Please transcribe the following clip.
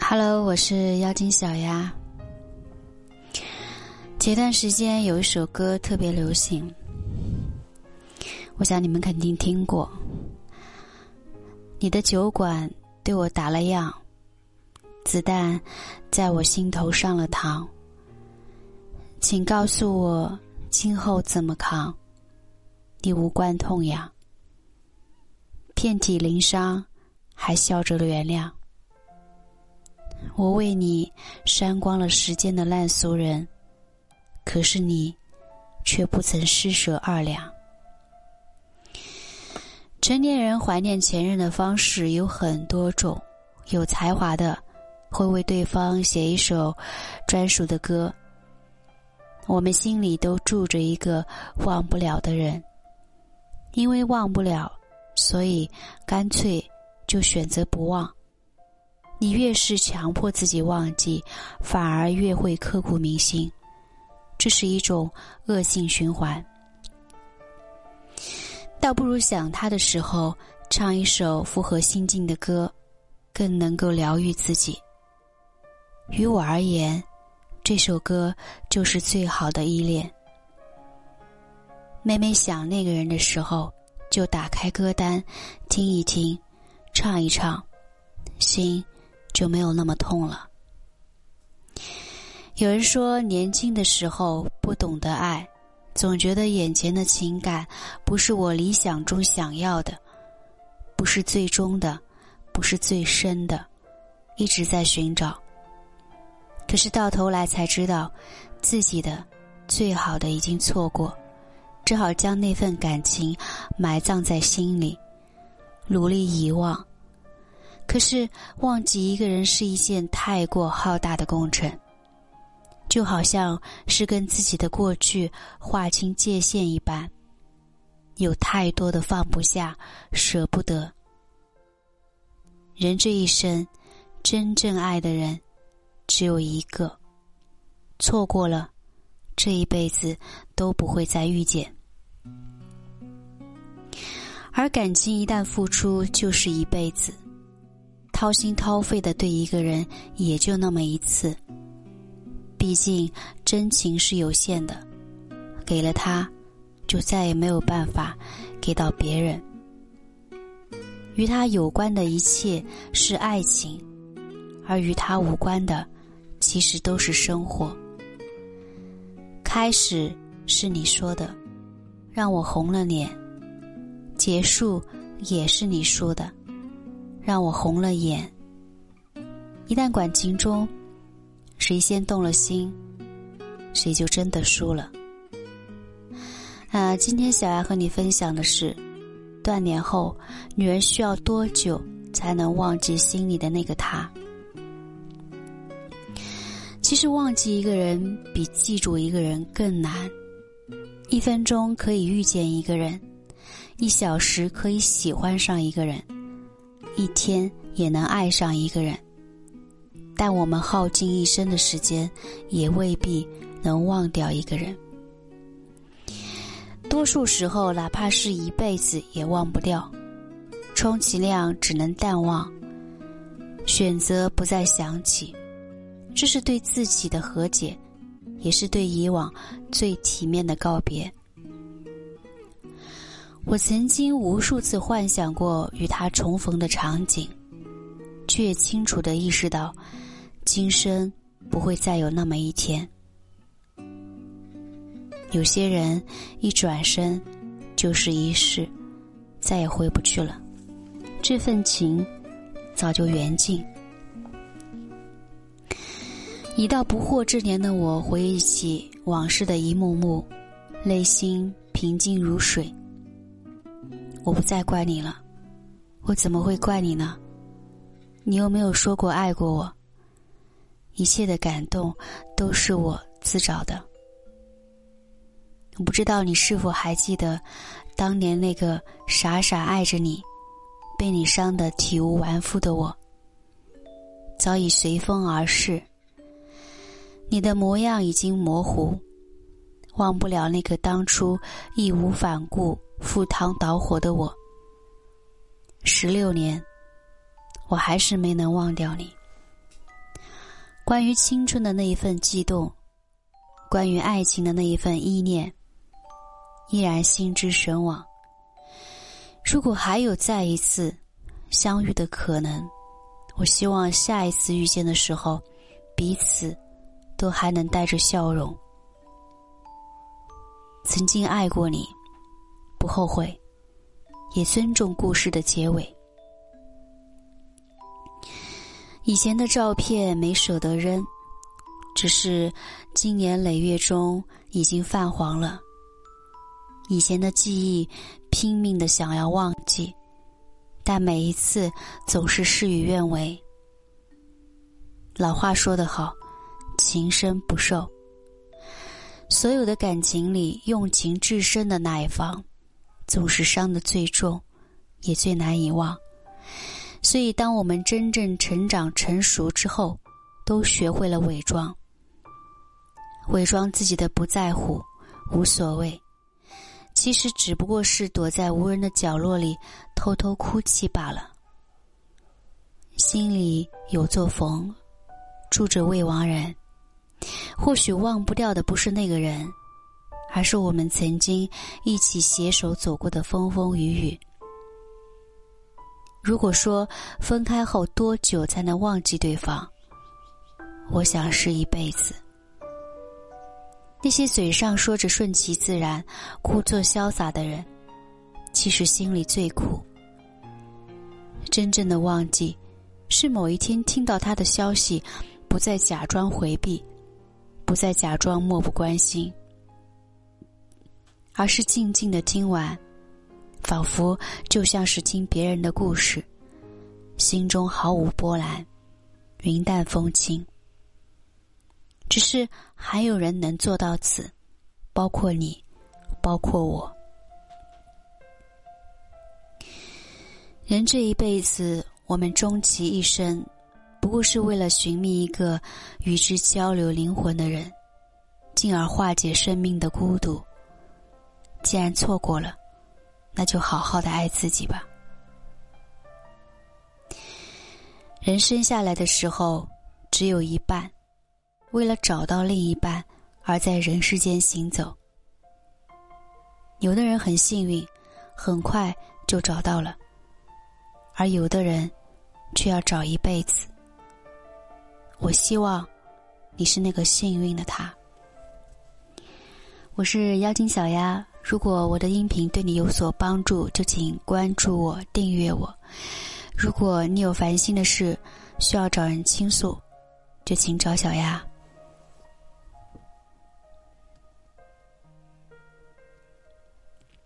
Hello， 我是妖精小鸭。前段时间有一首歌特别流行，我想你们肯定听过。你的酒馆对我打了烊，子弹在我心头上了膛，请告诉我今后怎么扛，你无关痛痒，遍体鳞伤还笑着原谅。我为你删光了时间的烂俗人，可是你却不曾施舍2两。成年人怀念前任的方式有很多种，有才华的会为对方写一首专属的歌。我们心里都住着一个忘不了的人，因为忘不了，所以干脆就选择不忘。你越是强迫自己忘记，反而越会刻骨铭心，这是一种恶性循环。倒不如想他的时候唱一首符合心境的歌，更能够疗愈自己。于我而言，这首歌就是最好的依恋。每每想那个人的时候，就打开歌单听一听，唱一唱，心就没有那么痛了。有人说年轻的时候不懂得爱，总觉得眼前的情感不是我理想中想要的，不是最终的，不是最深的，一直在寻找。可是到头来才知道，自己的最好的已经错过，只好将那份感情埋葬在心里，努力遗忘。可是忘记一个人是一件太过浩大的工程，就好像是跟自己的过去划清界限一般，有太多的放不下，舍不得。人这一生，真正爱的人只有一个，错过了，这一辈子都不会再遇见。而感情一旦付出，就是一辈子。掏心掏肺的对一个人也就那么一次，毕竟真情是有限的，给了他就再也没有办法给到别人。与他有关的一切是爱情，而与他无关的其实都是生活。开始是你说的，让我红了脸，结束也是你说的，让我红了眼。一旦感情中谁先动了心，谁就真的输了。今天小丫和你分享的是，断联后女人需要多久才能忘记心里的那个他。其实忘记一个人比记住一个人更难。1分钟可以遇见一个人，1小时可以喜欢上一个人，1天也能爱上一个人，但我们耗尽一生的时间，也未必能忘掉一个人。多数时候，哪怕是一辈子也忘不掉，充其量只能淡忘，选择不再想起。这是对自己的和解，也是对以往最体面的告别。我曾经无数次幻想过与他重逢的场景，却清楚地意识到，今生不会再有那么一天。有些人一转身就是一世，再也回不去了，这份情早就缘尽。已到不惑之年的我，回忆起往事的一幕幕，内心平静如水。我不再怪你了，我怎么会怪你呢？你又没有说过爱过我，一切的感动都是我自找的。我不知道你是否还记得当年那个傻傻爱着你，被你伤得体无完肤的我，早已随风而逝。你的模样已经模糊，忘不了那个当初义无反顾赴汤蹈火的我。16年，我还是没能忘掉你。 关于青春的那一份悸动，关于爱情的那一份依念，依然心之神往。如果还有再一次相遇的可能，我希望下一次遇见的时候，彼此都还能带着笑容。曾经爱过你，不后悔，也尊重故事的结尾。以前的照片没舍得扔，只是经年累月中已经泛黄了。以前的记忆拼命地想要忘记，但每一次总是事与愿违。老话说得好，情深不寿。所有的感情里，用情至深的那一方，总是伤得最重，也最难遗忘。所以当我们真正成长成熟之后，都学会了伪装。伪装自己的不在乎，无所谓，其实只不过是躲在无人的角落里偷偷哭泣罢了。心里有座坟，住着未亡人。或许忘不掉的不是那个人，而是我们曾经一起携手走过的风风雨雨。如果说分开后多久才能忘记对方，我想是一辈子。那些嘴上说着顺其自然、故作潇洒的人，其实心里最苦。真正的忘记，是某一天听到他的消息，不再假装回避，不再假装漠不关心，而是静静地听完，仿佛就像是听别人的故事，心中毫无波澜，云淡风轻。只是还有人能做到此，包括你，包括我。人这一辈子，我们终其一生，不过是为了寻觅一个与之交流灵魂的人，进而化解生命的孤独。既然错过了，那就好好的爱自己吧。人生下来的时候只有一半，为了找到另一半而在人世间行走。有的人很幸运，很快就找到了，而有的人却要找一辈子。我希望你是那个幸运的他。我是妖精小鸭，如果我的音频对你有所帮助，就请关注我，订阅我。如果你有烦心的事需要找人倾诉，就请找小鸭。